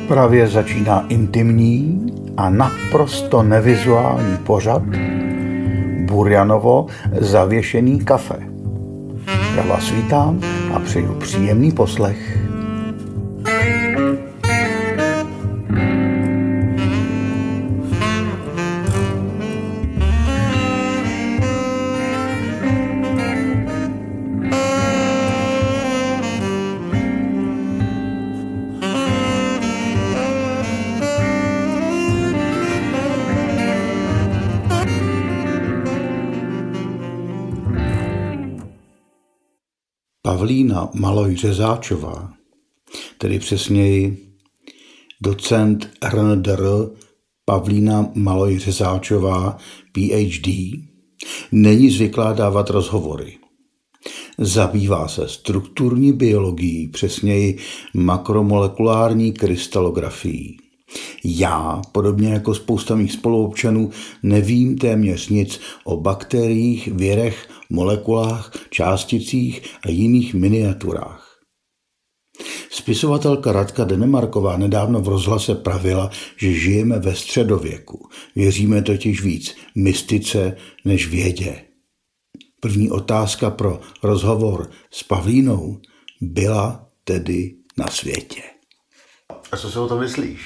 Právě začíná intimní a naprosto nevizuální pořad Burjanovo zavěšený kafe. Já vás vítám a přeju příjemný poslech. Pavlína Maloj-Řezáčová, tedy přesněji docent RNDR Pavlína Maloj-Řezáčová, PhD, není zvyklá dávat rozhovory. Zabývá se strukturní biologií, přesněji makromolekulární krystalografií. Já, podobně jako spousta mých spoluobčanů, nevím téměř nic o bakteriích, virech, molekulách, částicích a jiných miniaturách. Spisovatelka Radka Denemarková nedávno v rozhlase pravila, že žijeme ve středověku. Věříme totiž víc mystice než vědě. První otázka pro rozhovor s Pavlínou byla tedy na světě. A co si o to myslíš?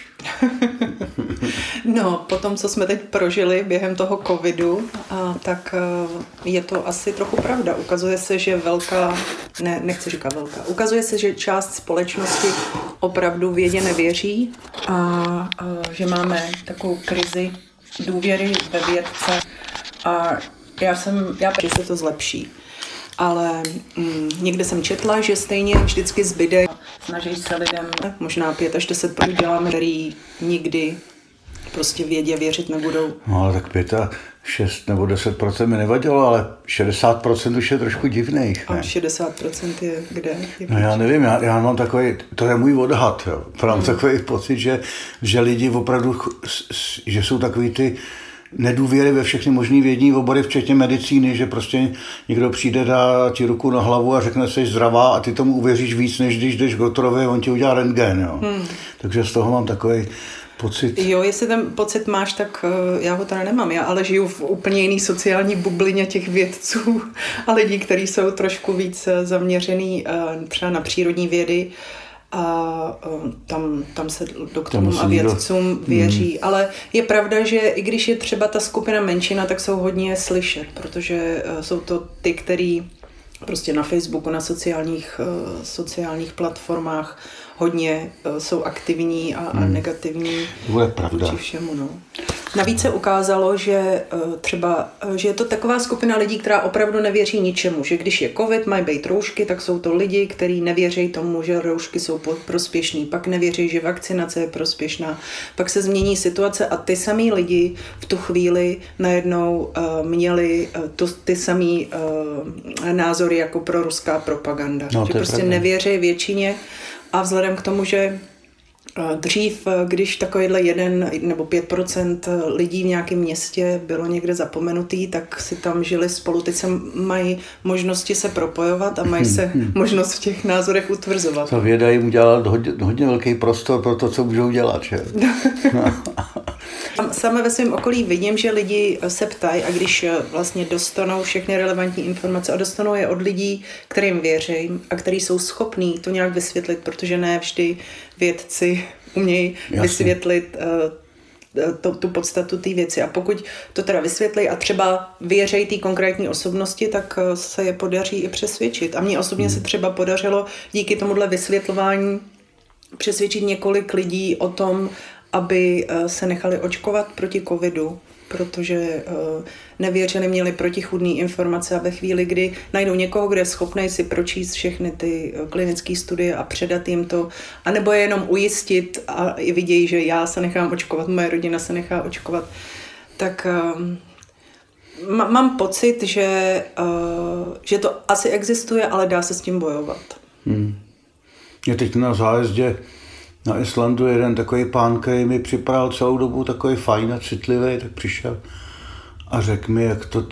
No, po tom, co jsme teď prožili během toho covidu, tak je to asi trochu pravda. Ukazuje se, že nechci říkat velká, ukazuje se, že část společnosti opravdu vědě nevěří a že máme takovou krizi důvěry ve vědce a já že se to zlepší. Ale někde jsem četla, že stejně vždycky zbyde. Snaží se lidem, možná 5 až 10% děláme, který nikdy prostě vědě věřit nebudou. No ale tak 5, 6 nebo 10% mi nevadilo, ale 60% už je trošku divných. Ne? A 60% je kde? No já nevím, já mám takový, to je můj odhad, jo. Mám takový pocit, že lidi opravdu, že jsou takový ty nedůvěry ve všechny možný vědní obory, včetně medicíny, že prostě někdo přijde, dá ti ruku na hlavu a řekne, jsi zdravá a ty tomu uvěříš víc, než když jdeš k doktorovi, on ti udělá rentgen. Jo. Takže z toho mám takový pocit. Jo, jestli ten pocit máš, tak já ho teda nemám. Já ale žiju v úplně jiný sociální bublině těch vědců a lidí, kteří jsou trošku víc zaměřený třeba na přírodní vědy. A tam se doktorům a vědcům věří. Ale je pravda, že i když je třeba ta skupina menšina, tak jsou hodně slyšet, protože jsou to ty, který prostě na Facebooku, na sociálních platformách hodně jsou aktivní a negativní vůči všemu. No. Navíc se ukázalo, že že je to taková skupina lidí, která opravdu nevěří ničemu, že když je covid, mají být roušky, tak jsou to lidi, kteří nevěří tomu, že roušky jsou prospěšný, pak nevěří, že vakcinace je prospěšná, pak se změní situace a ty samý lidi v tu chvíli najednou měli ty samý názory jako proruská propaganda. No, že prostě nevěří většině. A vzhledem k tomu, že dřív, když takovýhle 1 nebo 5% lidí v nějakém městě bylo někde zapomenutý, tak si tam žili spolu. Teď se mají možnosti se propojovat a mají se možnost v těch názorech utvrzovat. Ta věda jim udělala hodně velký prostor pro to, co můžou dělat. Že? Sama ve svém okolí vidím, že lidi se ptají a když vlastně dostanou všechny relevantní informace a dostanou je od lidí, kterým věří a kteří jsou schopní to nějak vysvětlit, protože ne vždy vědci umějí vysvětlit tu podstatu té věci. A pokud to teda vysvětlí a třeba věří té konkrétní osobnosti, tak se je podaří i přesvědčit. A mně osobně se třeba podařilo díky tomuhle vysvětlování přesvědčit několik lidí o tom, aby se nechali očkovat proti covidu, protože nevěřili, měli protichůdné informace a ve chvíli, kdy najdou někoho, kdo je schopný si pročíst všechny ty klinické studie a předat jim to, anebo je jenom ujistit a i vidějí, že já se nechám očkovat, moje rodina se nechá očkovat, tak mám pocit, že to asi existuje, ale dá se s tím bojovat. Je teď na zájezdě na Islandu jeden takový pán, který mi připadal celou dobu takový fajn a citlivý, tak přišel a řekl mi, jak to ty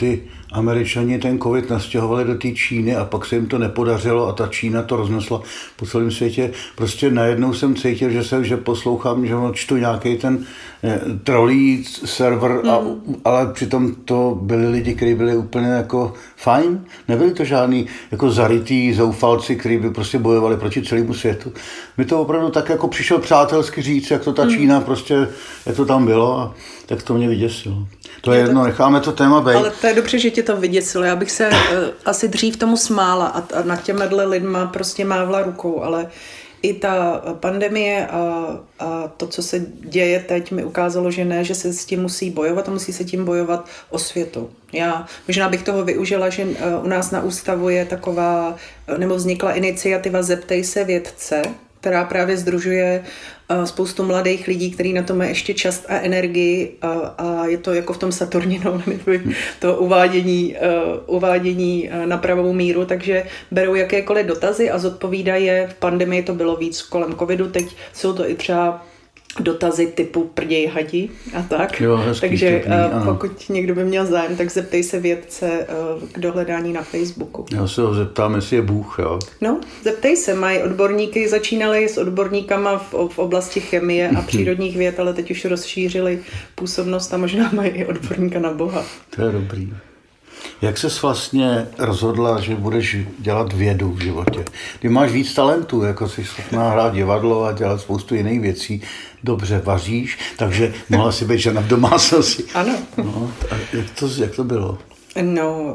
Američani ten covid nastěhovali do té Číny a pak se jim to nepodařilo a ta Čína to roznesla po celém světě. Prostě najednou jsem cítil, že poslouchám, že čtu nějaký ten trolí server, ale přitom to byli lidi, kteří byli úplně jako fajn. Nebyli to žádný jako zarytý zoufalci, kteří by prostě bojovali proti celému světu. Mi to opravdu tak jako přišel přátelsky říct, jak to ta Čína prostě, jak to tam bylo a tak to mě vyděsilo. To je jedno, necháme to téma bejt. Ale to je dobře, že tě to vyděsilo. Já bych se asi dřív tomu smála a nad těmhle lidma prostě mávla rukou, ale i ta pandemie a to, co se děje teď, mi ukázalo, že ne, že se s tím musí bojovat a musí se tím bojovat osvětou. Já možná bych toho využila, že u nás na ústavu je taková, nebo vznikla iniciativa Zeptej se vědce, která právě sdružuje spoustu mladých lidí, kteří na to mají ještě čas a energii a je to jako v tom Saturninu, to uvádění na pravou míru, takže berou jakékoliv dotazy a zodpovídají je. V pandemii to bylo víc kolem covidu, teď jsou to i třeba dotazy typu prděj hadi a tak. Jo, hezký, takže vtipný, pokud někdo by měl zájem, tak zeptej se vědce k dohledání na Facebooku. Já se ho zeptám, jestli je Bůh, jo? No, zeptej se, mají odborníky, začínali s odborníkama v oblasti chemie a přírodních věd, ale teď už rozšířili působnost a možná mají i odborníka na Boha. To je dobrý. Jak ses vlastně rozhodla, že budeš dělat vědu v životě? Ty máš víc talentů, jako jsi schopná hrát divadlo a dělat spoustu jiných věcí. Dobře vaříš, takže mohla si být žena v domácnosti. Ano. No, a jak to bylo? No,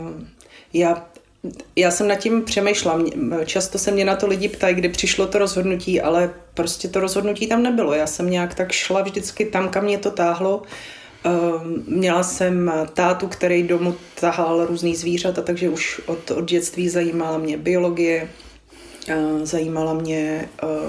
já jsem nad tím přemýšlela. Často se mě na to lidi ptají, kdy přišlo to rozhodnutí, ale prostě to rozhodnutí tam nebylo. Já jsem nějak tak šla vždycky tam, kam mě to táhlo. Měla jsem tátu, který domů tahal různý zvířata, takže už od dětství zajímala mě biologie, zajímala mě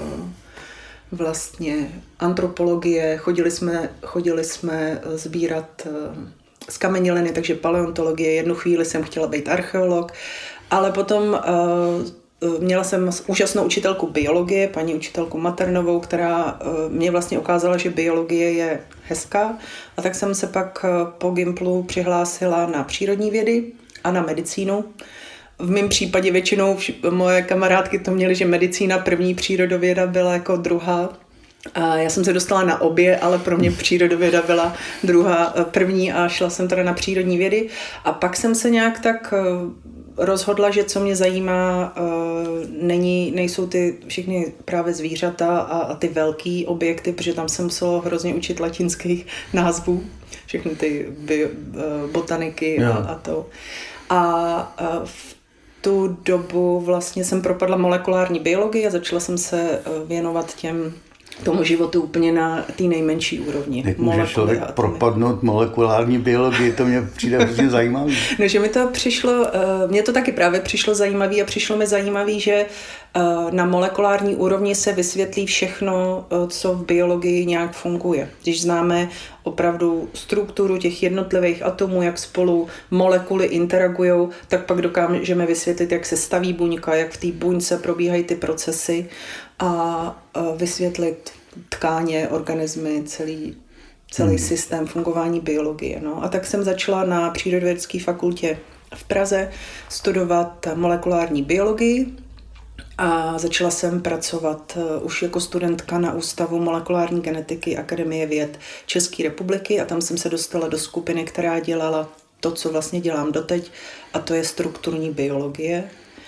vlastně antropologie, chodili jsme sbírat zkameněliny, takže paleontologie, jednu chvíli jsem chtěla být archeolog, ale potom měla jsem úžasnou učitelku biologie, paní učitelku Maternovou, která mě vlastně ukázala, že biologie je hezká, a tak jsem se pak po Gimplu přihlásila na přírodní vědy a na medicínu. V mém případě většinou moje kamarádky to měly, že medicína první, přírodověda byla jako druhá. A já jsem se dostala na obě, ale pro mě přírodověda byla první a šla jsem teda na přírodní vědy. A pak jsem se nějak tak rozhodla, že co mě zajímá, nejsou ty všechny právě zvířata a ty velký objekty, protože tam jsem musela hrozně učit latinských názvů, všechny ty botaniky a to. A v tu dobu vlastně jsem propadla molekulární biologii a začala jsem se věnovat tomu životu úplně na té nejmenší úrovni. Jak může člověk propadnout molekulární biologii, to mě přijde hrozně zajímavé. No, že mi to přišlo, mně to taky právě přišlo zajímavé a přišlo mi zajímavé, že na molekulární úrovni se vysvětlí všechno, co v biologii nějak funguje. Když známe opravdu strukturu těch jednotlivých atomů, jak spolu molekuly interagují, tak pak dokážeme vysvětlit, jak se staví buňka, jak v té buňce probíhají ty procesy a vysvětlit tkáně, organismy, celý systém fungování biologie. No. A tak jsem začala na Přírodovědecké fakultě v Praze studovat molekulární biologii a začala jsem pracovat už jako studentka na Ústavu molekulární genetiky Akademie věd České republiky a tam jsem se dostala do skupiny, která dělala to, co vlastně dělám doteď, a to je strukturní biologie.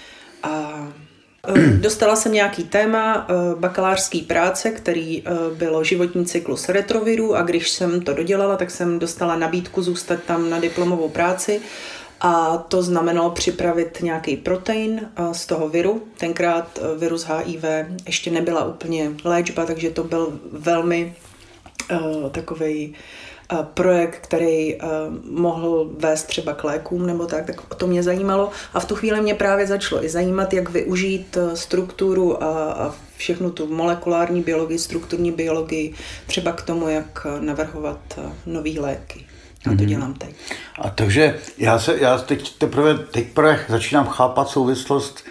A dostala jsem nějaký téma bakalářské práce, který bylo životní cyklus retrovirů, a když jsem to dodělala, tak jsem dostala nabídku zůstat tam na diplomovou práci a to znamenalo připravit nějaký protein z toho viru. Tenkrát virus HIV ještě nebyla úplně léčba, takže to byl velmi takovej projekt, který mohl vést třeba k lékům nebo tak to mě zajímalo. A v tu chvíli mě právě začalo i zajímat, jak využít strukturu a všechnu tu molekulární biologii, strukturní biologii, třeba k tomu, jak navrhovat nový léky. A to dělám teď. A takže já teď teprve začínám chápat souvislost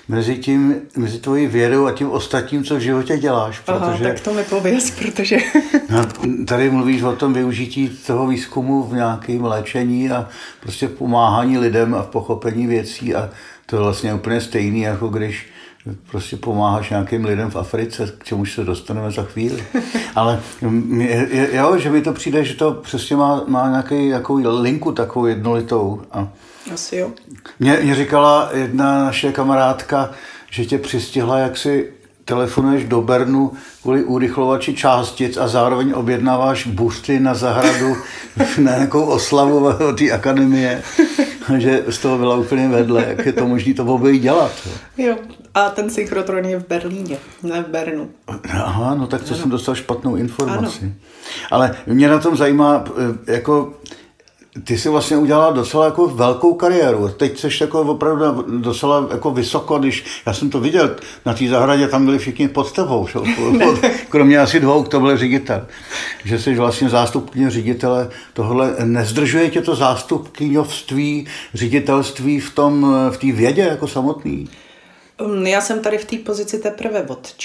mezi tvojí vědou a tím ostatním, co v životě děláš. Aha, tak to mi pověz, protože... No, tady mluvíš o tom využití toho výzkumu v nějakém léčení a prostě pomáhání lidem a v pochopení věcí a to je vlastně úplně stejný, jako když prostě pomáháš nějakým lidem v Africe, k čemuž se dostaneme za chvíli. Ale jo, že mi to přijde, že to přesně má nějakou linku takovou jednolitou. A asi jo. Mě říkala jedna naše kamarádka, že tě přistihla, jak si telefonuješ do Bernu kvůli urychlovači částic a zároveň objednáváš busty na zahradu na nějakou oslavu té akademie. Že z toho byla úplně vedle, jak je to možné to obojí dělat. Jo, a ten synchrotron je v Berlíně, ne v Bernu. Aha, no tak to jsem dostal špatnou informaci. Ano. Ale mě na tom zajímá, jako ty jsi vlastně udělala docela jako velkou kariéru. Teď jsi jako opravdu docela jako vysoko, když já jsem to viděl na té zahradě, tam byli všichni pod tebou, kromě asi 2, to byl ředitel. Že jsi vlastně zástupkyně ředitele tohle. Nezdržuje tě to zástupkyňovství, ředitelství v té vědě jako samotný? Já jsem tady v té pozici teprve od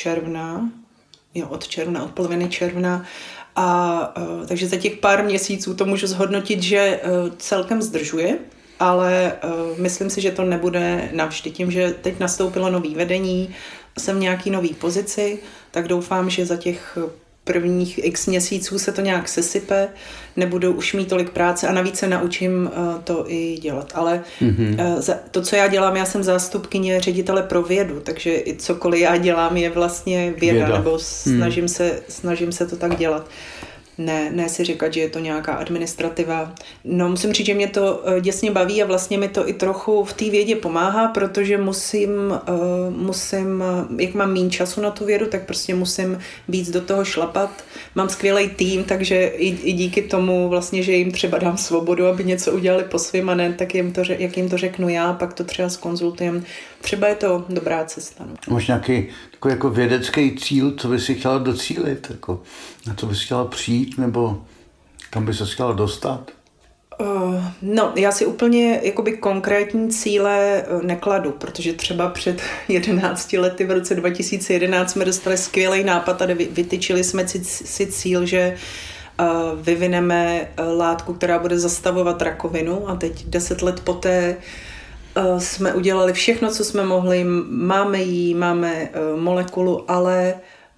poloviny června. Takže za těch pár měsíců to můžu zhodnotit, že celkem zdržuje, ale myslím si, že to nebude navždy. Tím, že teď nastoupilo nový vedení, jsem v nějaký nový pozici, tak doufám, že za těch prvních x měsíců se to nějak sesype, nebudu už mít tolik práce a navíc se naučím to i dělat. Ale to, co já dělám, já jsem zástupkyně ředitele pro vědu, takže i cokoliv já dělám je vlastně věda. Nebo snažím se to tak dělat. Ne si říkat, že je to nějaká administrativa. No, musím říct, že mě to děsně baví a vlastně mi to i trochu v té vědě pomáhá, protože musím, jak mám méně času na tu vědu, tak prostě musím víc do toho šlapat. Mám skvělý tým, takže i díky tomu vlastně, že jim třeba dám svobodu, aby něco udělali po svým a ne tak jak jim to řeknu já, pak to třeba zkonzultujem. Třeba je to dobrá cesta. No. Máš nějaký takový jako vědecký cíl, co bys si chtěla docílit? Jako, na co bys chtěla přijít, nebo kam bys se chtěla dostat? No, já si úplně jakoby konkrétní cíle nekladu, protože třeba před 11 lety v roce 2011 jsme dostali skvělý nápad a vytyčili jsme si cíl, že vyvineme látku, která bude zastavovat rakovinu a teď 10 let poté jsme udělali všechno, co jsme mohli, máme molekulu, ale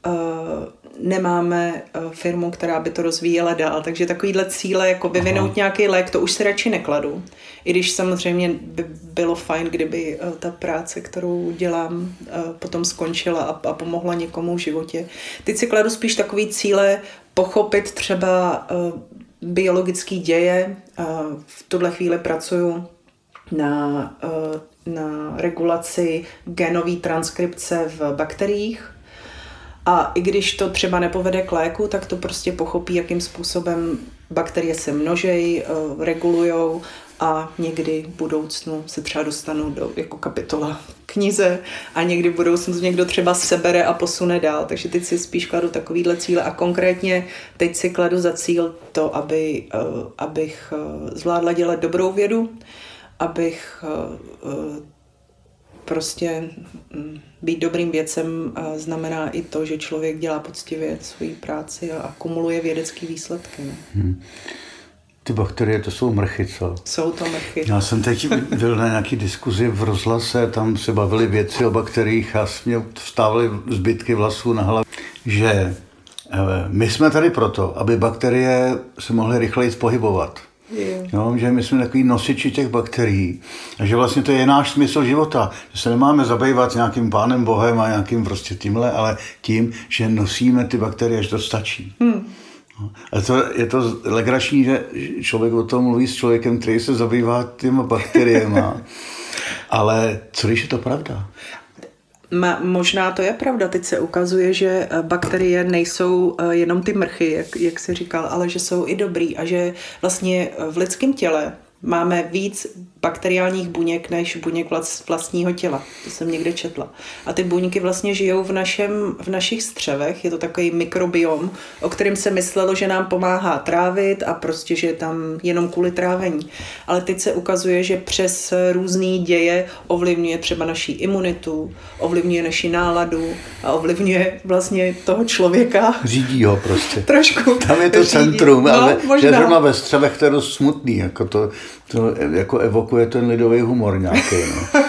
nemáme firmu, která by to rozvíjela dál. Takže takovýhle cíle, jako vyvinout nějaký lék, to už si radši nekladu. I když samozřejmě by bylo fajn, kdyby ta práce, kterou dělám, potom skončila a pomohla někomu v životě. Teď si kladu spíš takový cíle pochopit třeba biologické děje. V tuhle chvíli pracuju na regulaci genové transkripce v bakteriích. A i když to třeba nepovede k léku, tak to prostě pochopí, jakým způsobem bakterie se množejí, regulujou a někdy v budoucnu se třeba dostanou do jako kapitola v knize a někdy v budoucnu někdo třeba sebere a posune dál. Takže teď si spíš kladu takovýhle cíle a konkrétně teď si kladu za cíl to, abych zvládla dělat dobrou vědu, abych prostě být dobrým vědcem znamená i to, že člověk dělá poctivě svoji práci a akumuluje vědecké výsledky. Ty bakterie, to jsou mrchy, co? Jsou to mrchy. Já jsem teď byl na nějaký diskuzi v rozhlase, tam se bavili vědci o bakteriích a mě vstávaly zbytky vlasů na hlavě, že my jsme tady proto, aby bakterie se mohly rychleji pohybovat. Jo, že my jsme takový nosiči těch bakterií a že vlastně to je náš smysl života, že se nemáme zabývat nějakým pánem Bohem a nějakým prostě tímhle, ale tím, že nosíme ty bakterie, že to stačí. A je to legrační, že člověk o tom mluví s člověkem, který se zabývá těma bakteriema, ale co když je to pravda? Možná to je pravda. Teď se ukazuje, že bakterie nejsou jenom ty mrchy, jak jsi říkal, ale že jsou i dobrý a že vlastně v lidském těle máme víc bakteriálních buněk než buněk vlastního těla. To jsem někde četla. A ty buňky vlastně žijou v našich střevech. Je to takový mikrobiom, o kterém se myslelo, že nám pomáhá trávit a prostě, že je tam jenom kvůli trávení. Ale teď se ukazuje, že přes různý děje ovlivňuje třeba naši imunitu, ovlivňuje naši náladu a ovlivňuje vlastně toho člověka. Řídí ho prostě. Trošku. Tam je to centrum, ale možná. že zrovna ve střevech to je dost smutný, jako to jako evokuje ten lidový humor nějaký, no.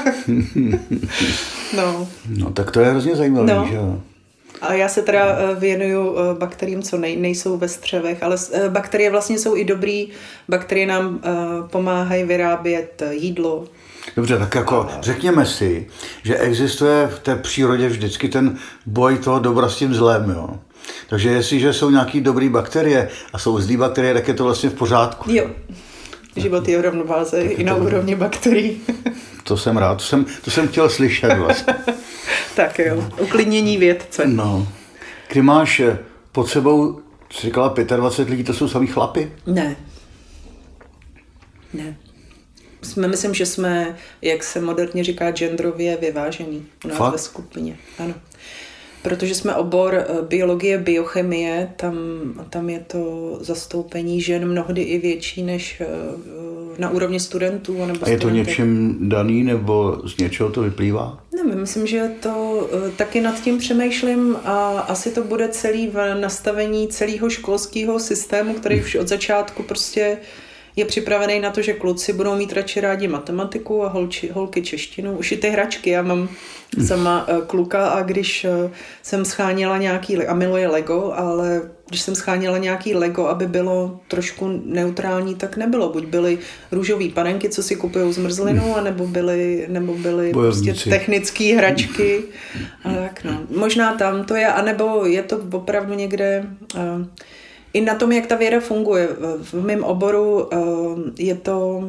No, tak to je hrozně zajímavé, že jo. A já se teda věnuju bakteriím, co nejsou ve střevech, ale bakterie vlastně jsou i dobrý. Bakterie nám pomáhají vyrábět jídlo. Dobře, tak jako řekněme si, že existuje v té přírodě vždycky ten boj toho dobra s tím zlem, jo. Takže jestliže jsou nějaký dobrý bakterie a jsou zlý bakterie, tak je to vlastně v pořádku. Jo. Život je v rovnováze i na úrovni bakterií. To jsem rád, to jsem chtěl slyšet vlastně. Tak jo, uklidnění vědce. No. Kdy máš pod sebou, jsi říkala 25 lidí, to jsou samý chlapy? Ne. Myslím, že jsme, jak se moderně říká, genderově vyvážení u nás ve skupině. Ano. Protože jsme obor biologie, biochemie, tam je to zastoupení žen mnohdy i větší než na úrovni studentů. Nebo a je to něčím daný, nebo z něčeho to vyplývá? Nevím, myslím, že to taky nad tím přemýšlím a asi to bude celý v nastavení celého školského systému, který už od začátku prostě je připravený na to, že kluci budou mít radši rádi matematiku a holky češtinu. Už i ty hračky. Já mám sama kluka a když jsem scháněla nějaký, a miluje Lego, ale když jsem scháněla nějaký Lego, aby bylo trošku neutrální, tak nebylo. Buď byly růžový panenky, co si kupujou zmrzlinu, anebo byly prostě technické hračky. A tak no. Možná tam to je, anebo je to opravdu někde... I na tom, jak ta věda funguje. V mém oboru je to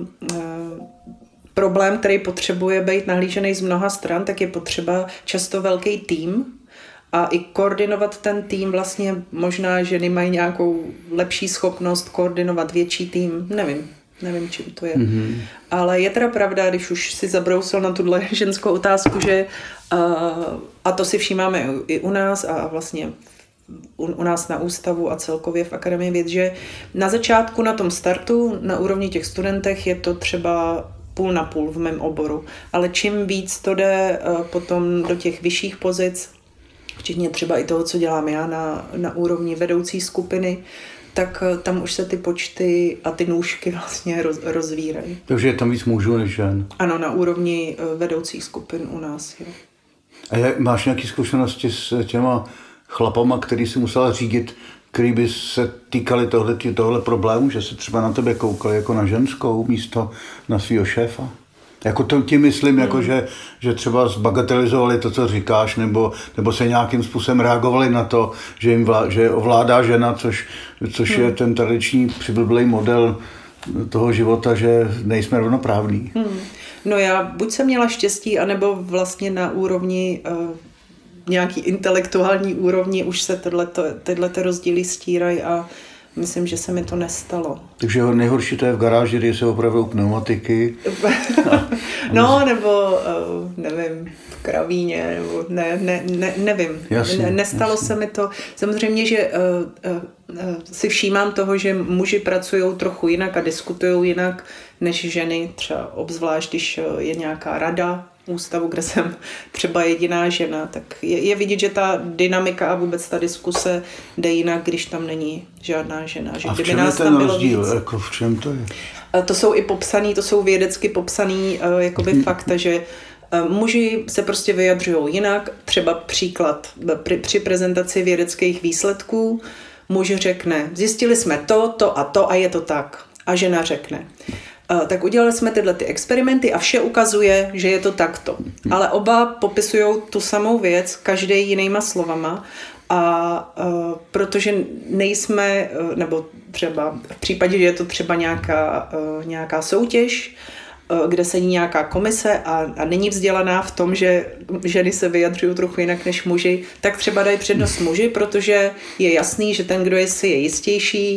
problém, který potřebuje být nahlížený z mnoha stran, tak je potřeba často velký tým a i koordinovat ten tým. Vlastně možná ženy mají nějakou lepší schopnost koordinovat větší tým. Nevím, čím to je. Mm-hmm. Ale je teda pravda, když už si zabrousil na tuhle ženskou otázku, že a to si všímáme i u nás a vlastně u nás na ústavu a celkově v Akademii věd, že na začátku, na tom startu, na úrovni těch studentech je to třeba 50/50 v mém oboru, ale čím víc to jde potom do těch vyšších pozic, včetně třeba i toho, co dělám já na úrovni vedoucí skupiny, tak tam už se ty počty a ty nůžky vlastně rozvírají. Takže je tam víc mužů než žen? Ano, na úrovni vedoucích skupin u nás, jo. A máš nějaké zkušenosti s těma chlapama, který si musela řídit, který by se týkali tohle problému, že se třeba na tebe koukali jako na ženskou místo na svýho šéfa? Jako to tím myslím, jako že třeba zbagatelizovali to, co říkáš, nebo se nějakým způsobem reagovali na to, že ovládá žena, což je ten tradiční přiblblý model toho života, že nejsme rovnoprávní. No já buď jsem měla štěstí, anebo vlastně na úrovni nějaký intelektuální úrovni už se tyhle rozdíly stírají a myslím, že se mi to nestalo. Takže nejhorší to je v garáži, kdy se opravdu pneumatiky. Nebo nevím, v kravíně, nebo nevím. Jasně, nestalo se mi to. Samozřejmě, že si všímám toho, že muži pracují trochu jinak a diskutují jinak než ženy, třeba obzvlášť, když je nějaká rada ústavu, kde jsem třeba jediná žena, tak je vidět, že ta dynamika a vůbec ta diskuse jde jinak, když tam není žádná žena. Že a v čem je ten rozdíl? Jako v čem to je? To jsou i popsaný, to jsou vědecky popsaný jakoby fakta, že muži se prostě vyjadřují jinak. Třeba příklad při prezentaci vědeckých výsledků muž řekne, zjistili jsme to a je to tak. A žena řekne, tak udělali jsme tyhle ty experimenty a vše ukazuje, že je to takto. Ale oba popisují tu samou věc, každý jinýma slovama a protože nejsme, nebo třeba v případě, že je to třeba nějaká soutěž, kde sedí nějaká komise a není vzdělaná v tom, že ženy se vyjadřují trochu jinak než muži, tak třeba dají přednost muži, protože je jasný, že ten, kdo si je jistější,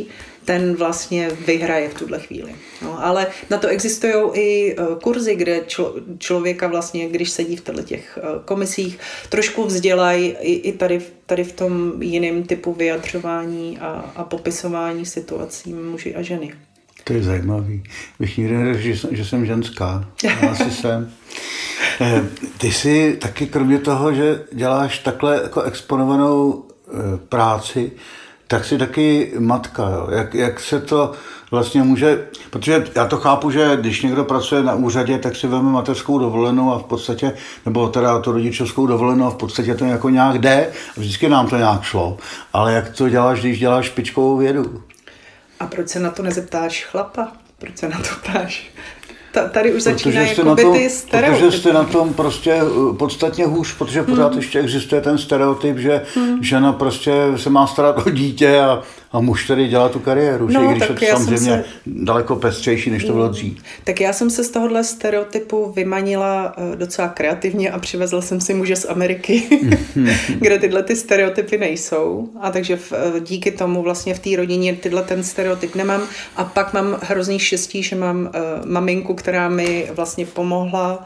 ten vlastně vyhraje v tuhle chvíli. No, ale na to existují i kurzy, kde člověka vlastně, když sedí v těch komisích, trošku vzdělají i tady v tom jiném typu vyjadřování a popisování situací muži a ženy. To je zajímavý. Bych nikdy neřekl, že jsem ženská. Já asi jsem. Ty jsi taky kromě toho, že děláš takhle jako exponovanou práci, tak jsi taky matka. Jo? Jak se to vlastně může... Protože já to chápu, že když někdo pracuje na úřadě, tak si vezme mateřskou dovolenou a v podstatě, nebo teda tu rodičovskou dovolenou a v podstatě to jako nějak jde. Vždycky nám to nějak šlo. Ale jak to děláš, když děláš špičkovou vědu? A proč se na to nezeptáš chlapa? Proč se na to ptáš? Tady už začínají jakoby ty stereotypy. Protože jste na tom prostě podstatně hůř, protože pořád ještě existuje ten stereotyp, že žena prostě se má starat o dítě a muž tedy dělá tu kariéru, že i když je to samozřejmě daleko pestřejší, než to bylo dřív. Tak já jsem se z tohohle stereotypu vymanila docela kreativně a přivezla jsem si muže z Ameriky, kde tyhle ty stereotypy nejsou. A takže díky tomu vlastně v té rodině ten stereotyp nemám. A pak mám hrozný štěstí, že mám maminku, která mi vlastně pomohla,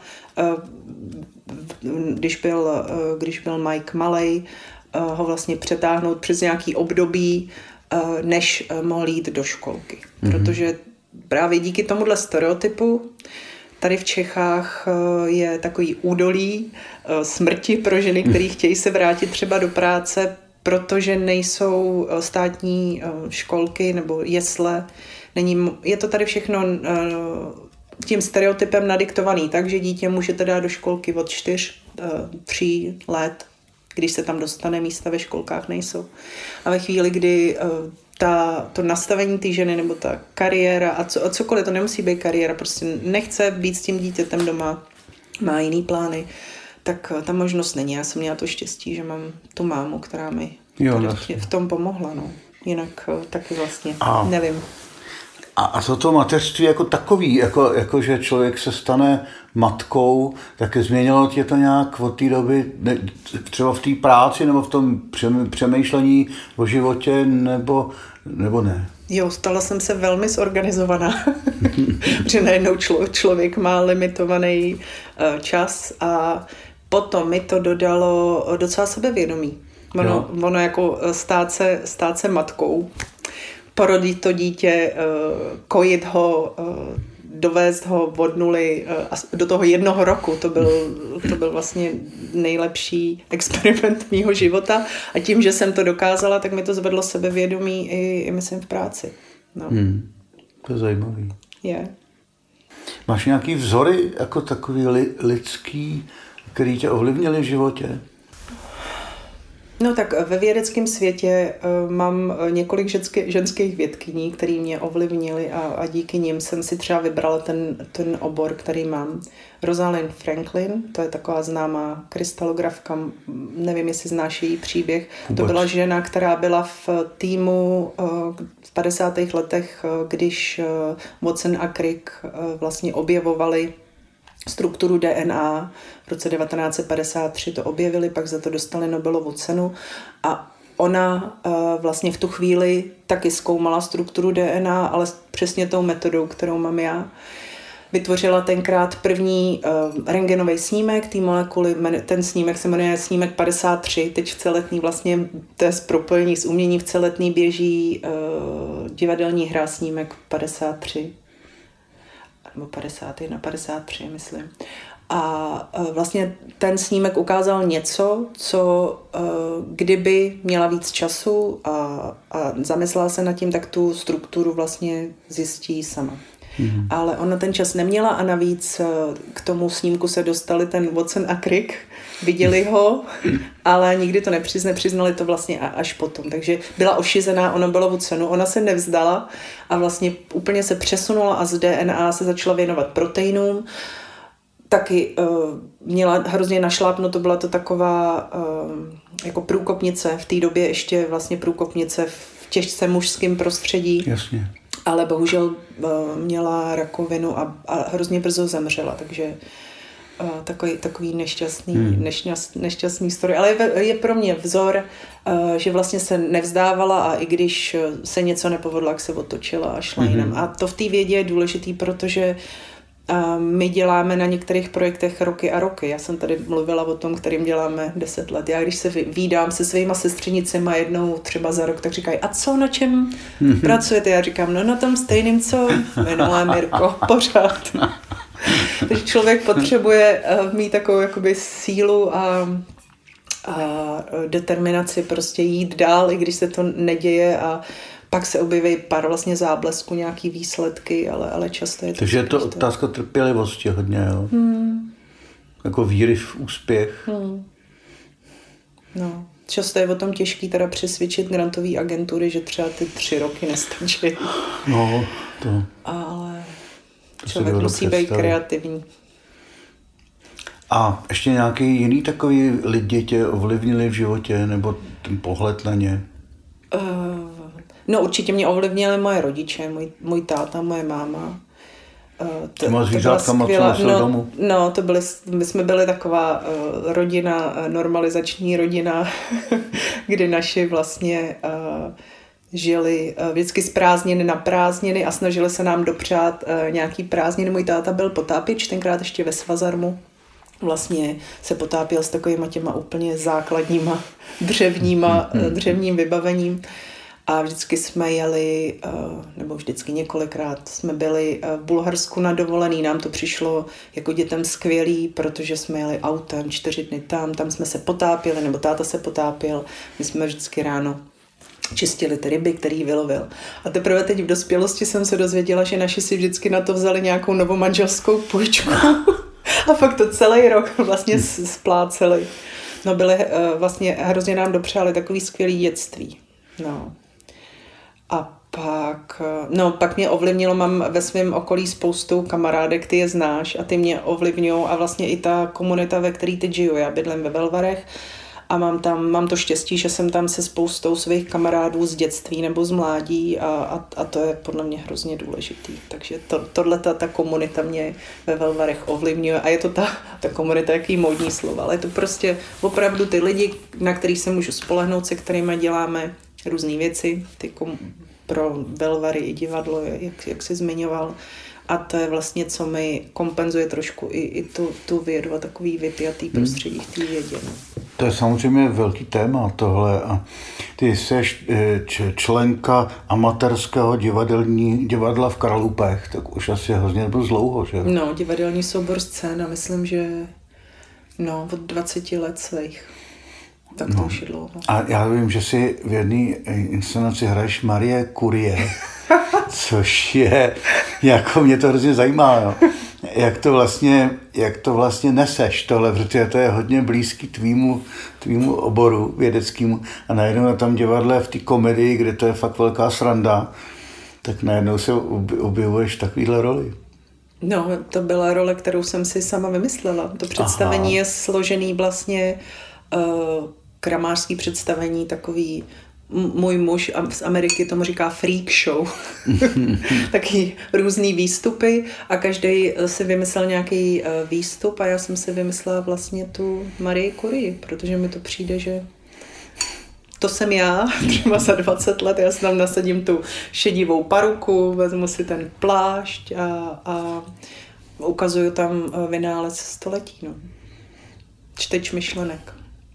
když byl Mike malej, ho vlastně přetáhnout přes nějaký období, než mohl jít do školky. Protože právě díky tomuhle stereotypu tady v Čechách je takový údolí smrti pro ženy, které chtějí se vrátit třeba do práce, protože nejsou státní školky nebo jesle. Je to tady všechno tím stereotypem nadiktovaný, takže dítě můžete dát do školky od 4-3 let, když se tam dostane, místa ve školkách nejsou. A ve chvíli, kdy to nastavení té ženy nebo ta kariéra a cokoliv, to nemusí být kariéra, prostě nechce být s tím dítětem doma, má jiný plány, tak ta možnost není. Já jsem měla to štěstí, že mám tu mámu, která mi v tom pomohla. No. Jinak taky vlastně nevím. A toto mateřství jako takový, jako že člověk se stane matkou, tak změnilo tě to nějak od té doby, třeba v té práci nebo v tom přemýšlení o životě, nebo ne? Jo, stala jsem se velmi zorganizovaná, že najednou člověk má limitovaný čas a potom mi to dodalo docela sebevědomí. Ono jako stát se matkou, porodit to dítě, kojit ho, dovést ho od nuly do toho 1 roku. To byl vlastně nejlepší experiment mýho života. A tím, že jsem to dokázala, tak mi to zvedlo sebevědomí i myslím v práci. No. To je zajímavý. Je. Máš nějaký vzory jako takový lidský, který tě ovlivnili v životě? No tak ve vědeckém světě mám několik ženských vědkyní, které mě ovlivnily a díky nim jsem si třeba vybrala ten obor, který mám. Rosalind Franklin, to je taková známá krystalografka, nevím, jestli znáš její příběh. To byla žena, která byla v týmu v 50. letech, když Watson a Crick vlastně objevovali strukturu DNA. V roce 1953 to objevili, pak za to dostali Nobelovu cenu a ona vlastně v tu chvíli taky zkoumala strukturu DNA, ale přesně tou metodou, kterou mám já. Vytvořila tenkrát první rentgenový snímek té molekuly, ten snímek se jmenuje snímek 53, teď v Celetný vlastně, to je propojení s uměním, v Celetný běží divadelní hra snímek 53. Nebo 51, 53, myslím. A vlastně ten snímek ukázal něco, co kdyby měla víc času a zamyslela se nad tím, tak tu strukturu vlastně zjistí sama. Ale ona ten čas neměla a navíc k tomu snímku se dostali ten Watson a Crick, viděli ho, ale nikdy to nepřiznali to vlastně až potom. Takže byla ošizená o Nobelovu cenu, ona se nevzdala a vlastně úplně se přesunula a z DNA se začala věnovat proteinům. Taky měla hrozně našlápnuto, byla to taková jako průkopnice, v té době ještě vlastně průkopnice v těžce mužském prostředí. Jasně. Ale bohužel měla rakovinu a hrozně brzo zemřela, takže takový nešťastný story. Ale je pro mě vzor, že vlastně se nevzdávala a i když se něco nepovedlo, jak se otočila a šla jinam. A to v té vědě je důležitý, protože my děláme na některých projektech roky a roky. Já jsem tady mluvila o tom, kterým děláme 10 let. Já když se vídám se svýma sestřenicema jednou třeba za rok, tak říkají, a co, na čem pracujete? Já říkám, no na tom stejným, co minulé, Mirko, pořád. Takže člověk potřebuje mít takovou jakoby sílu a determinaci prostě jít dál, i když se to neděje a pak se objeví pár vlastně záblesku, nějaký výsledky, ale často je to... Takže je to otázka trpělivosti hodně, jo? Jako víry v úspěch. No, často je o tom těžký teda přesvědčit grantové agentury, že třeba ty 3 roky nestačí. No, to... Ale člověk musí být kreativní. A ještě nějaký jiný takový lidi tě ovlivnili v životě, nebo ten pohled na ně? No určitě mě ovlivnili moje rodiče, můj táta, moje máma. Těma zvířátkama, co nosil domů? No, my jsme byli taková rodina, normalizační rodina, kdy naši vlastně žili vždycky z prázdniny na prázdniny a snažili se nám dopřát nějaký prázdniny. Můj táta byl potápěč, tenkrát ještě ve Svazarmu. Vlastně se potápěl s takovýma těma úplně základníma dřevním vybavením. A vždycky jsme jeli, nebo vždycky několikrát jsme byli v Bulharsku na dovolený. Nám to přišlo jako dětem skvělý, protože jsme jeli autem 4 dny tam jsme se potápěli, nebo táta se potápěl. My jsme vždycky ráno čistili ty ryby, který vylovil. A teprve teď v dospělosti jsem se dozvěděla, že naši si vždycky na to vzali nějakou novomanželskou půjčku. A fakt to celý rok vlastně spláceli. No byli vlastně hrozně nám dopřáli takový skvělý dětství. No. A pak mě ovlivnilo, mám ve svém okolí spoustu kamarádek, ty je znáš a ty mě ovlivňují a vlastně i ta komunita, ve které teď žiju. Já bydlím ve Velvarech a mám to štěstí, že jsem tam se spoustou svých kamarádů z dětství nebo z mládí a to je podle mě hrozně důležitý. Takže ta komunita mě ve Velvarech ovlivňuje a je to ta komunita, jaký módní slova, ale je to prostě opravdu ty lidi, na kterých se můžu spolehnout, se kterými děláme různé věci, pro Velvary i divadlo, jak jsi zmiňoval. A to je vlastně, co mi kompenzuje trošku i tu vědu a takový vypjatý prostředí v té vědě. To je samozřejmě velký téma tohle. A ty jsi členka amatérského divadla v Kralupech, tak už asi hrozně nebyl dlouho, že? No, divadelní soubor Scéna, myslím, že od 20 let svých. Tak to už je dlouho. A já vím, že si v jedné inscenaci hraješ Marie Curie, což je, jako mě to hrozně zajímá, jo. Jak to vlastně neseš tohle, protože to je hodně blízký tvýmu oboru vědeckému a najednou na tom divadle v té komedii, kde to je fakt velká sranda, tak najednou se objevuješ v takovýhle roli. No, to byla role, kterou jsem si sama vymyslela. To představení je složený vlastně kramářský představení, takový můj muž z Ameriky tomu říká freak show. Taky různý výstupy a každý si vymyslel nějaký výstup a já jsem si vymyslela vlastně tu Marie Curie, protože mi to přijde, že to jsem já, třeba za 20 let, já si tam nasadím tu šedivou paruku, vezmu si ten plášť a ukazuju tam vynález století. No. Čteč myšlenek.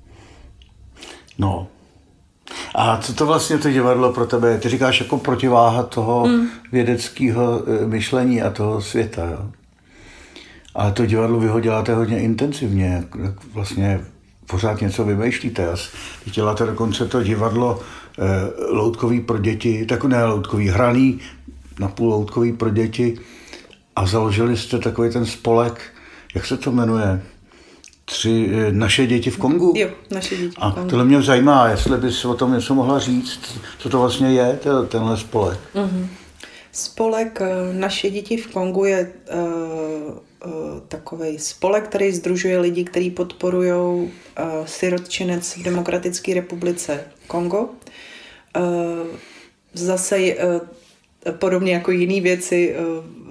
No. A co to vlastně to divadlo pro tebe je? Ty říkáš jako protiváha toho vědeckého myšlení a toho světa, jo? Ale to divadlo vy ho děláte hodně intenzivně, vlastně pořád něco vymýšlíte. Vy děláte dokonce to divadlo loutkový pro děti, tak ne loutkový, hraný, napůl loutkový pro děti a založili jste takový ten spolek, jak se to jmenuje? Naše děti v Kongu? Jo, naše děti v Kongu. A tohle mě zajímá, jestli bys o tom něco mohla říct, co to vlastně je, tenhle spolek. Spolek Naše děti v Kongu je takovej spolek, který sdružuje lidi, kteří podporují sirotčinec v Demokratické republice Kongo. Zase podobně jako jiné věci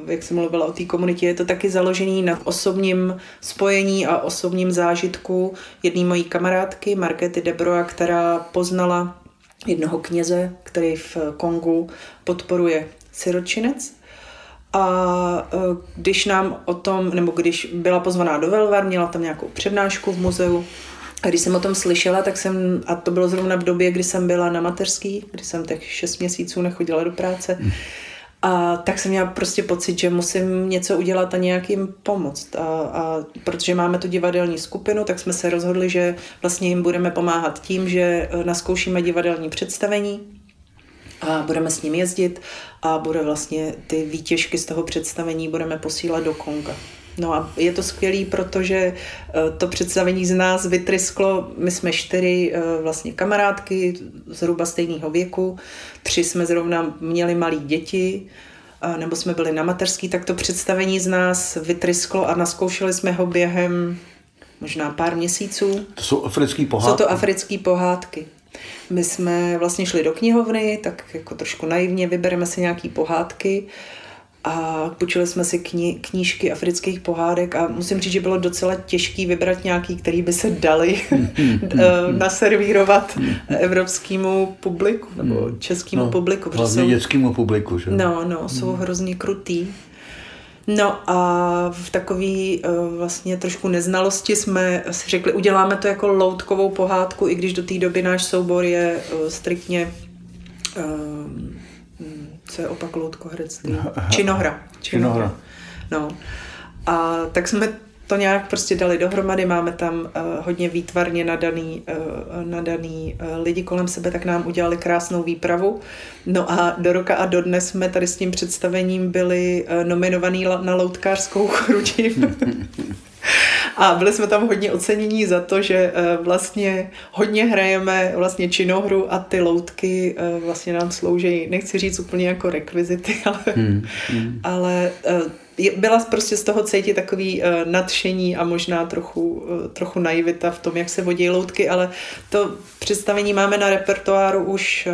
jak jsem mluvila o té komunitě, je to taky založený na osobním spojení a osobním zážitku jedné mojí kamarádky, Markéty Debroa, která poznala jednoho kněze, který v Kongu podporuje sirotčinec. A když nám o tom, nebo když byla pozvaná do Velvar, měla tam nějakou přednášku v muzeu, a když jsem o tom slyšela, tak jsem, a to bylo zrovna v době, kdy jsem byla na mateřský, kdy jsem těch 6 měsíců nechodila do práce, a tak jsem měla prostě pocit, že musím něco udělat a nějak jim pomoct. A protože máme tu divadelní skupinu, tak jsme se rozhodli, že vlastně jim budeme pomáhat tím, že nazkoušíme divadelní představení a budeme s ním jezdit a bude vlastně ty výtěžky z toho představení budeme posílat do Konga. No a je to skvělý, protože to představení z nás vytrysklo, my jsme 4 vlastně kamarádky zhruba stejného věku, 3 jsme zrovna měli malí děti, nebo jsme byli na mateřský, tak to představení z nás vytrysklo a nazkoušeli jsme ho během možná pár měsíců. To jsou africké pohádky? Jsou to africké pohádky. My jsme vlastně šli do knihovny, tak jako trošku naivně vybereme si nějaký pohádky a půjčili jsme si knížky afrických pohádek a musím říct, že bylo docela těžký vybrat nějaký, který by se dali naservírovat evropskému publiku nebo českému publiku. Hlavně dětskému publiku, že? No, jsou hrozně krutý. No a v takový vlastně trošku neznalosti jsme si řekli, uděláme to jako loutkovou pohádku, i když do té doby náš soubor je striktně co je opak loutkoherectví? Činohra. No. A tak jsme to nějak prostě dali dohromady, máme tam hodně výtvarně nadaný lidi kolem sebe, tak nám udělali krásnou výpravu. No a do roka a dodnes jsme tady s tím představením byli nominovaní na loutkářskou chruči. A byli jsme tam hodně ocenění za to, že vlastně hodně hrajeme vlastně činohru a ty loutky vlastně nám slouží, nechci říct úplně jako rekvizity, ale byla prostě z toho cítit takový nadšení a možná trochu naivita v tom, jak se vodí loutky, ale to představení máme na repertoáru už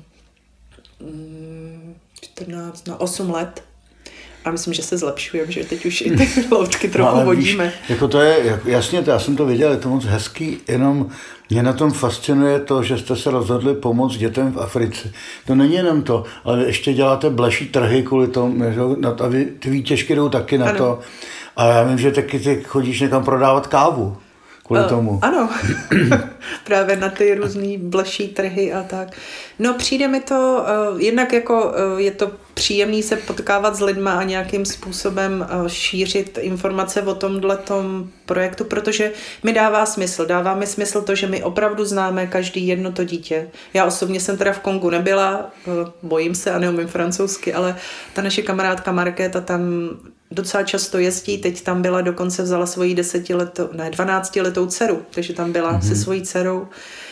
8 let. A myslím, že se zlepšuje, že teď už i ty loutky trochu vodíme. Víš, jako to je, jasně, já jsem to věděl, je to moc hezký, jenom mě na tom fascinuje to, že jste se rozhodli pomoct dětem v Africe. To není jenom to, ale ještě děláte bleší trhy kvůli tomu, a ty výtěžky jdou taky na to. A já vím, že taky ty chodíš někam prodávat kávu. Kvůli tomu. Ano, právě na ty různý bleší trhy a tak. No přijde mi to, jednak jako je to příjemný se potkávat s lidma a nějakým způsobem šířit informace o tomhletom projektu, protože mi dává smysl to, že my opravdu známe každý jedno to dítě. Já osobně jsem teda v Kongu nebyla, bojím se a neumím francouzsky, ale ta naše kamarádka Markéta tam docela často jezdí, teď tam byla, dokonce vzala svoji 12letou dceru, takže tam byla se svojí dcerou.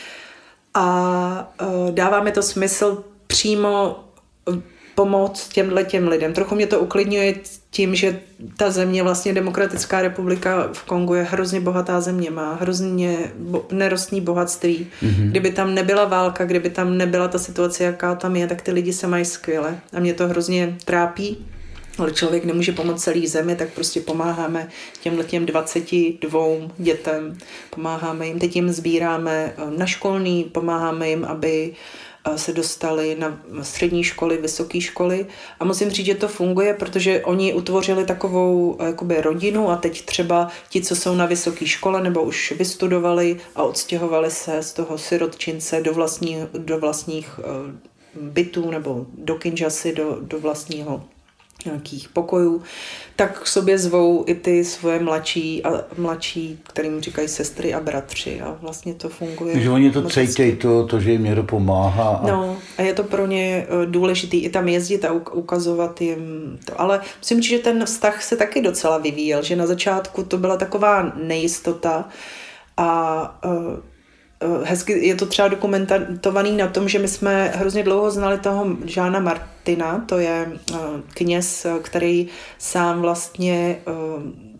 A dává mi to smysl přímo pomoct těm lidem. Trochu mě to uklidňuje tím, že ta země, vlastně Demokratická republika v Kongu je hrozně bohatá země, má hrozně nerostný bohatství. Kdyby tam nebyla válka, kdyby tam nebyla ta situace, jaká tam je, tak ty lidi se mají skvěle. A mě to hrozně trápí. Ale člověk nemůže pomoct celý zemi, tak prostě pomáháme těm 22 dětem, pomáháme jim, teď jim sbíráme na školní, pomáháme jim, aby se dostali na střední školy, vysoké školy a musím říct, že to funguje, protože oni utvořili takovou jakoby rodinu a teď třeba ti, co jsou na vysoké škole nebo už vystudovali a odstěhovali se z toho sirotčince do vlastních bytů nebo do Kinshasy, do vlastního nějakých pokojů, tak k sobě zvou i ty svoje mladší, kterým říkají sestry a bratři a vlastně to funguje. Takže oni to cejtějí, to, že jim někdo pomáhá. No a je to pro ně důležitý i tam jezdit a ukazovat jim to. Ale musím říct, že ten vztah se taky docela vyvíjel, že na začátku to byla taková nejistota a hezky je to třeba dokumentovaný na tom, že my jsme hrozně dlouho znali toho Jeana Martina, to je kněz, který sám vlastně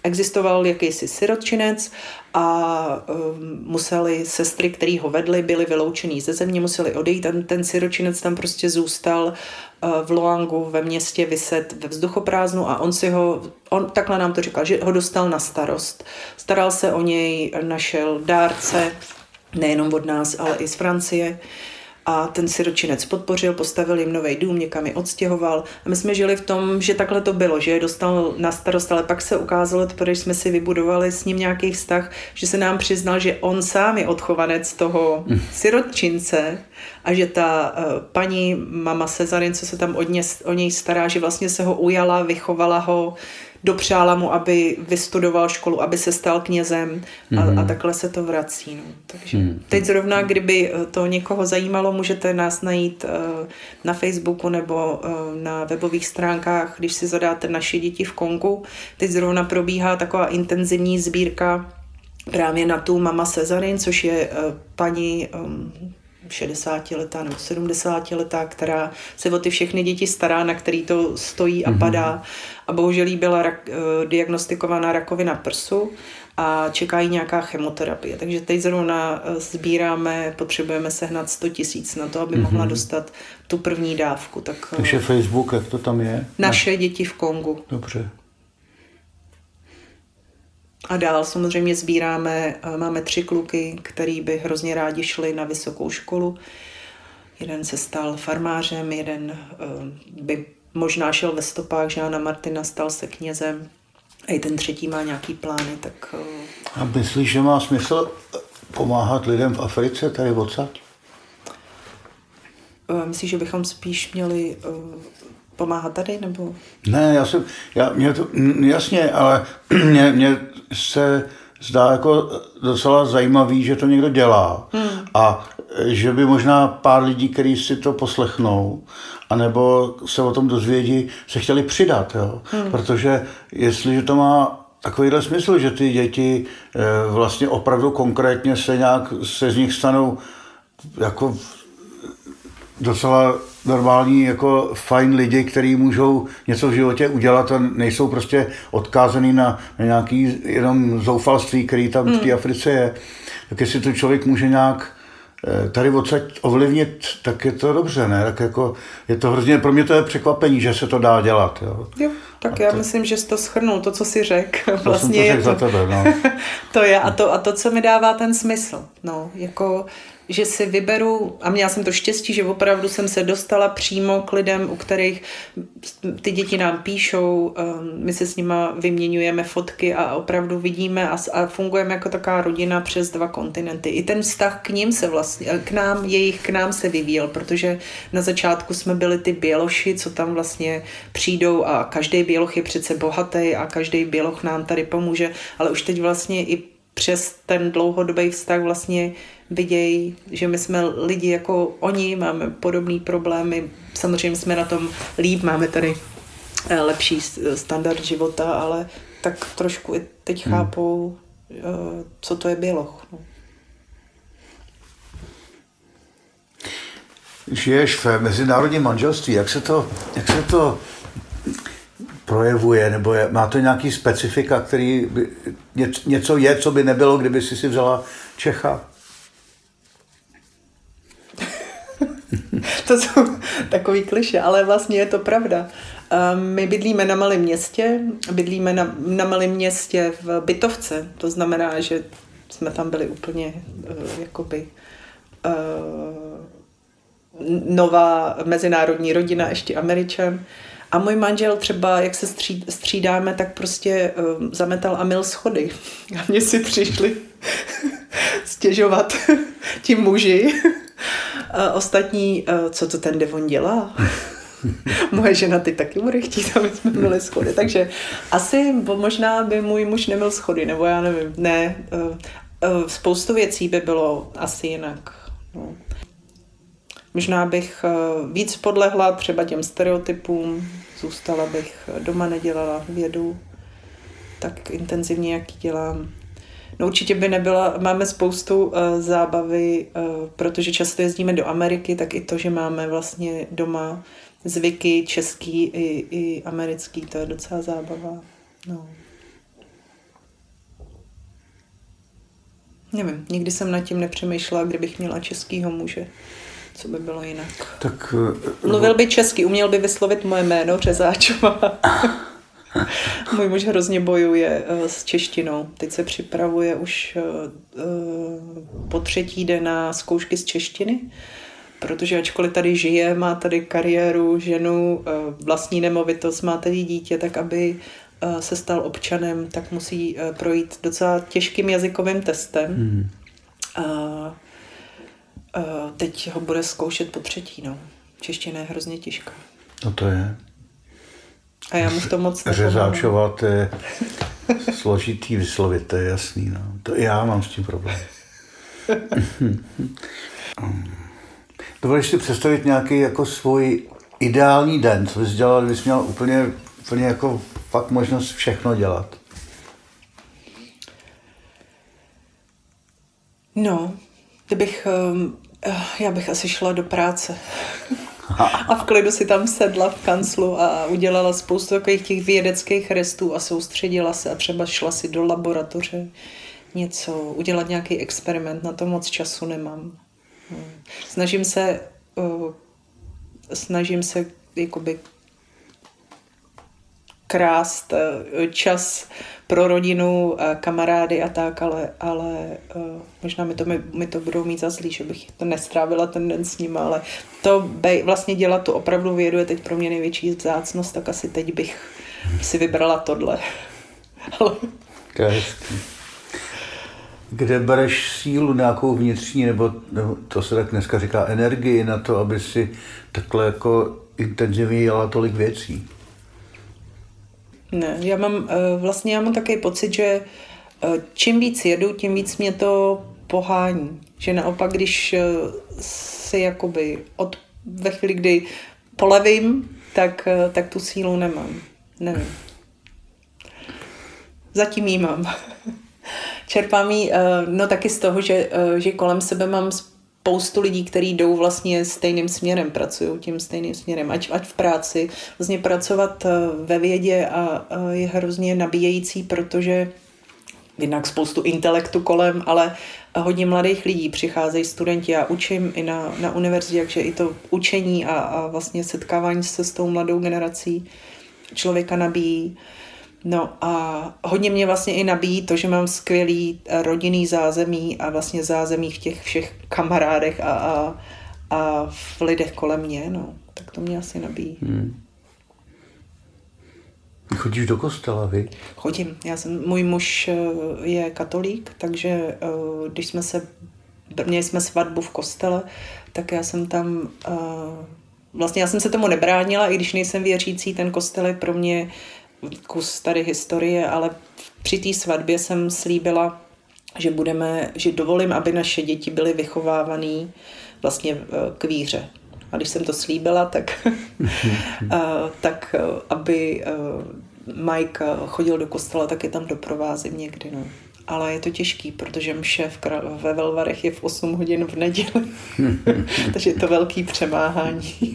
existoval jakýsi sirotčinec a museli sestry, který ho vedly, byly vyloučený ze země, museli odejít. Ten sirotčinec tam prostě zůstal v Loangu ve městě viset ve vzduchoprázdnu a on takhle nám to říkal, že ho dostal na starost. Staral se o něj, našel dárce, nejenom od nás, ale i z Francie. A ten sirotčinec podpořil, postavil jim nový dům, někam je odstěhoval. A my jsme žili v tom, že takhle to bylo, že je dostal na starost, ale pak se ukázalo, protože jsme si vybudovali s ním nějaký vztah, že se nám přiznal, že on sám je odchovanec toho sirotčince a že ta paní mama Cezarin, co se tam o něj stará, že vlastně se ho ujala, vychovala ho, dopřála mu, aby vystudoval školu, aby se stal knězem a takhle se to vrací. No. Takže teď zrovna, kdyby to někoho zajímalo, můžete nás najít na Facebooku nebo na webových stránkách, když si zadáte Naše děti v Kongu. Teď zrovna probíhá taková intenzivní sbírka právě na tu mama Cezarin, což je paní 60letá nebo 70letá, která se o ty všechny děti stará, na který to stojí a padá. A bohužel jí byla diagnostikovaná rakovina prsu a čeká jí nějaká chemoterapie. Takže teď zrovna sbíráme, potřebujeme sehnat 100 000 na to, aby mohla dostat tu první dávku. Takže Facebook, jak to tam je? Naše děti v Kongu. Dobře. A dál samozřejmě sbíráme, máme 3 kluky, který by hrozně rádi šli na vysokou školu. Jeden se stal farmářem, jeden by možná šel ve stopách Žána Martina, stal se knězem a i ten třetí má nějaký plány. Tak... A myslíš, že má smysl pomáhat lidem v Africe tady odsať? Myslíš, že bychom spíš měli pomáhat tady, nebo? Ne, jasně, ale mě se zdá jako docela zajímavý, že to někdo dělá a že by možná pár lidí, kteří si to poslechnou, anebo se o tom dozvědí, se chtěli přidat, jo? Protože jestliže to má takovýhle smysl, že ty děti vlastně opravdu konkrétně se z nich stanou jako docela normální, jako fajn lidi, kteří můžou něco v životě udělat a nejsou prostě odkázaný na nějaký jenom zoufalství, který tam v té Africe je. Tak jestli to člověk může nějak tady odsaď ovlivnit, tak je to dobře, ne? Tak jako je to hrozně, pro mě to je překvapení, že se to dá dělat. Jo, tak já myslím, že jsi to shrnul, to, co jsi řekl. Vlastně jsem to řekl za tebe, no. To je a to, co mi dává ten smysl, no, jako že si vyberu, a měla jsem to štěstí, že opravdu jsem se dostala přímo k lidem, u kterých ty děti nám píšou, my se s nima vyměňujeme fotky a opravdu vidíme a fungujeme jako taková rodina přes 2 kontinenty. I ten vztah k ním se vlastně, k nám se vyvíjel, protože na začátku jsme byli ty běloši, co tam vlastně přijdou a každý běloch je přece bohatý a každý běloch nám tady pomůže, ale už teď vlastně i přes ten dlouhodobý vztah vlastně vidějí, že my jsme lidi jako oni, máme podobné problémy, samozřejmě jsme na tom líp, máme tady lepší standard života, ale tak trošku i teď chápou, co to je běloch. No. Žiješ v mezinárodním manželství, jak se to projevuje, nebo má to nějaký specifika, který něco je, co by nebylo, kdyby si vzala Čecha? To jsou takový klišé, ale vlastně je to pravda. My bydlíme na malém městě, na malém městě v Bytovce, to znamená, že jsme tam byli úplně jakoby nová mezinárodní rodina, ještě Američan. A můj manžel třeba, jak se střídáme, tak prostě zametal a myl schody. A mě si přišli stěžovat ti muži. A ostatní, co to ten Devon dělá? Moje žena ty taky bude chtít, aby jsme myli schody. Takže asi možná by můj muž nemyl schody, nebo já nevím. Ne, spoustu věcí by bylo asi jinak. No. Možná bych víc podlehla třeba těm stereotypům, zůstala bych doma, nedělala vědu tak intenzivně, jak ji dělám. No určitě by nebyla, máme spoustu zábavy, protože často jezdíme do Ameriky, tak i to, že máme vlastně doma zvyky český i americký, to je docela zábava. No. Nevím, nikdy jsem nad tím nepřemýšlela, kdybych měla českýho muže. Co by bylo jinak? Tak, Mluvil by česky, uměl by vyslovit moje jméno Řezáčová. Můj muž hrozně bojuje s češtinou. Teď se připravuje už po 3. den na zkoušky z češtiny, protože ačkoliv tady žije, má tady kariéru, ženu, vlastní nemovitost, má tady dítě, tak aby se stal občanem, tak musí projít docela těžkým jazykovým testem. Teď ho bude zkoušet po 3. No. Čeština je hrozně těžká. No to je. A já mu to moc nepomáhám. Řezáčová, to je složitý vyslovit, to je jasný. No. To já mám s tím problém. Dovolíš si představit nějaký jako svůj ideální den, co bys dělal, kdybys měl úplně jako fakt možnost všechno dělat? No, já bych asi šla do práce. A v klidu si tam sedla v kanclu a udělala spoustu takových těch vědeckých restů a soustředila se a třeba šla si do laboratoře udělat nějaký experiment, na to moc času nemám. Snažím se jakoby krást čas pro rodinu, kamarády a tak, ale možná mi to budou mít za zlý, že bych to nestrávila ten den s nima, ale vlastně dělat tu opravdu vědu je teď pro mě největší vzácnost, tak asi teď bych si vybrala tohle. Kde bereš sílu nějakou vnitřní, nebo to se tak dneska říká, energii na to, aby si takhle jako intenzivně dělala tolik věcí? Ne, já mám takový pocit, že čím víc jedu, tím víc mě to pohání. Že naopak, když si jakoby ve chvíli, kdy polevím, tak tu sílu nemám. Nevím. Zatím jí mám. Čerpám jí taky z toho, že kolem sebe mám spoustu lidí, kteří jdou vlastně stejným směrem, pracují tím stejným směrem, ať v práci. Vlastně pracovat ve vědě a je hrozně nabíjející, protože jednak spoustu intelektu kolem, ale hodně mladých lidí přicházejí studenti. Já učím i na univerzitě, takže i to učení a vlastně setkávání se s tou mladou generací člověka nabíjí. No a hodně mě vlastně i nabíjí to, že mám skvělý rodinný zázemí a vlastně zázemí v těch všech kamarádech a v lidech kolem mě, no. Tak to mě asi nabíjí. Chodíš do kostela, vy? Chodím. Můj muž je katolík, takže když měli jsme svatbu v kostele, tak já jsem tam, vlastně já jsem se tomu nebránila, i když nejsem věřící, ten kostel je pro mě kus tady historie, ale při té svatbě jsem slíbila, že dovolím, aby naše děti byly vychovávané vlastně k víře. A když jsem to slíbila, tak aby Mike chodil do kostela, tak je tam doprovázím někdy. No. Ale je to těžký, protože mše ve Velvarech je v 8 hodin v neděli. Takže je to velký přemáhání.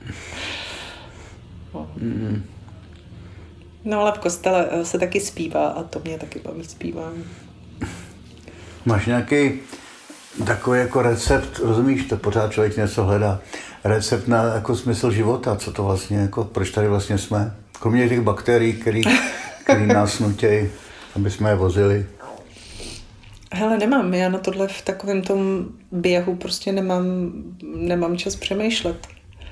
No ale v kostele se taky zpívá a to mě taky baví zpívání. Máš nějaký takový jako recept, rozumíš, to pořád člověk něco hledá, recept na jako smysl života, co to vlastně, jako proč tady vlastně jsme? Kromě těch bakterií, který nás nutějí, aby jsme je vozili. Hele, nemám, já na tohle v takovém tom běhu prostě nemám čas přemýšlet.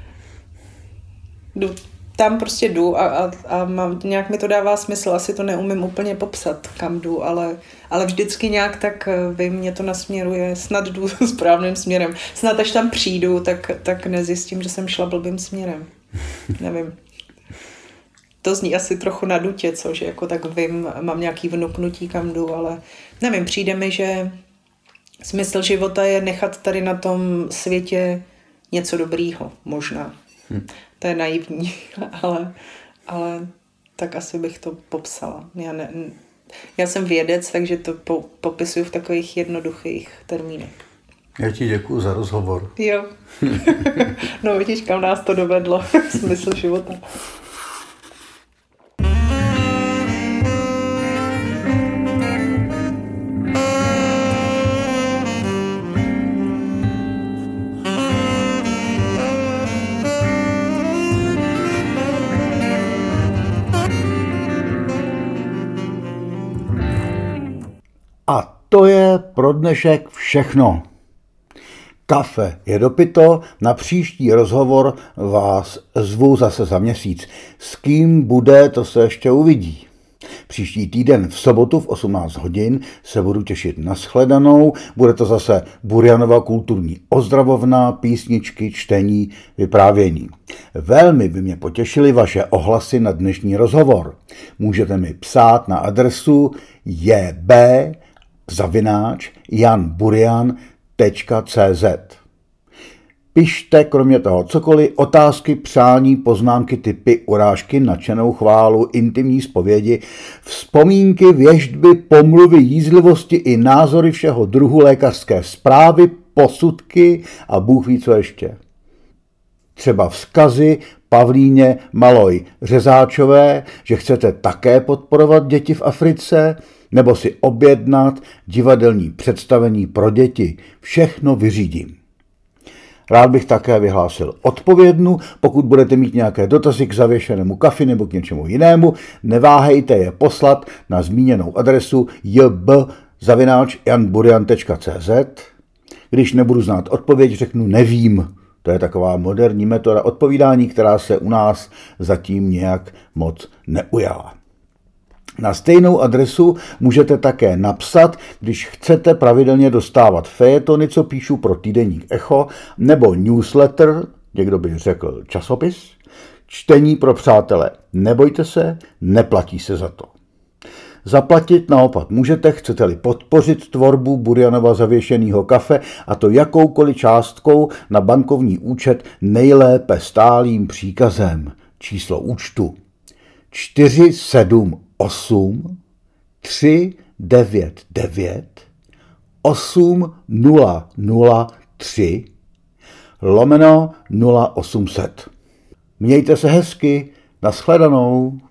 Tam prostě jdu a nějak mi to dává smysl, asi to neumím úplně popsat, kam jdu, ale vždycky nějak tak mě to nasměruje, snad jdu správným směrem. Snad až tam přijdu, tak nezjistím, že jsem šla blbým směrem. Nevím. To zní asi trochu na dutě, že jako tak vím, mám nějaký vnuknutí, kam jdu, ale nevím, přijde mi, že smysl života je nechat tady na tom světě něco dobrýho, možná. To je naivní, ale tak asi bych to popsala. Já jsem vědec, takže to popisuju v takových jednoduchých termínech. Já ti děkuju za rozhovor. Jo. No vidíš, kam nás to dovedlo. Smysl života. to je pro dnešek všechno. Kafe je dopito, na příští rozhovor vás zvu zase za měsíc. S kým bude, to se ještě uvidí. Příští týden v sobotu v 18 hodin se budu těšit na shledanou. Bude to zase Burjanova kulturní ozdravovna, písničky, čtení, vyprávění. Velmi by mě potěšily vaše ohlasy na dnešní rozhovor. Můžete mi psát na adresu jb@janburjan.cz. Pište kromě toho cokoliv, otázky, přání, poznámky, tipy, urážky, nadšenou chválu, intimní zpovědi, vzpomínky, věštby, pomluvy, jízlivosti i názory všeho druhu, lékařské zprávy, posudky a Bůh ví co ještě. Třeba vzkazy Pavlíně Maloj Řezáčové, že chcete také podporovat děti v Africe, nebo si objednat divadelní představení pro děti. Všechno vyřídím. Rád bych také vyhlásil odpovědnu. Pokud budete mít nějaké dotazy k zavěšenému kafi nebo k něčemu jinému, neváhejte je poslat na zmíněnou adresu jb@janburjan.cz. Když nebudu znát odpověď, řeknu nevím. To je taková moderní metoda odpovídání, která se u nás zatím nějak moc neujala. Na stejnou adresu můžete také napsat, když chcete pravidelně dostávat fejetony, co píšu pro týdeník Echo, nebo newsletter, někdo by řekl časopis, čtení pro přátele. Nebojte se, neplatí se za to. Zaplatit naopak můžete, chcete-li podpořit tvorbu Burjanova zavěšeného kafe, a to jakoukoliv částkou na bankovní účet, nejlépe stálým příkazem. Číslo účtu 478 399 8003 / 0800. Mějte se hezky, nashledanou.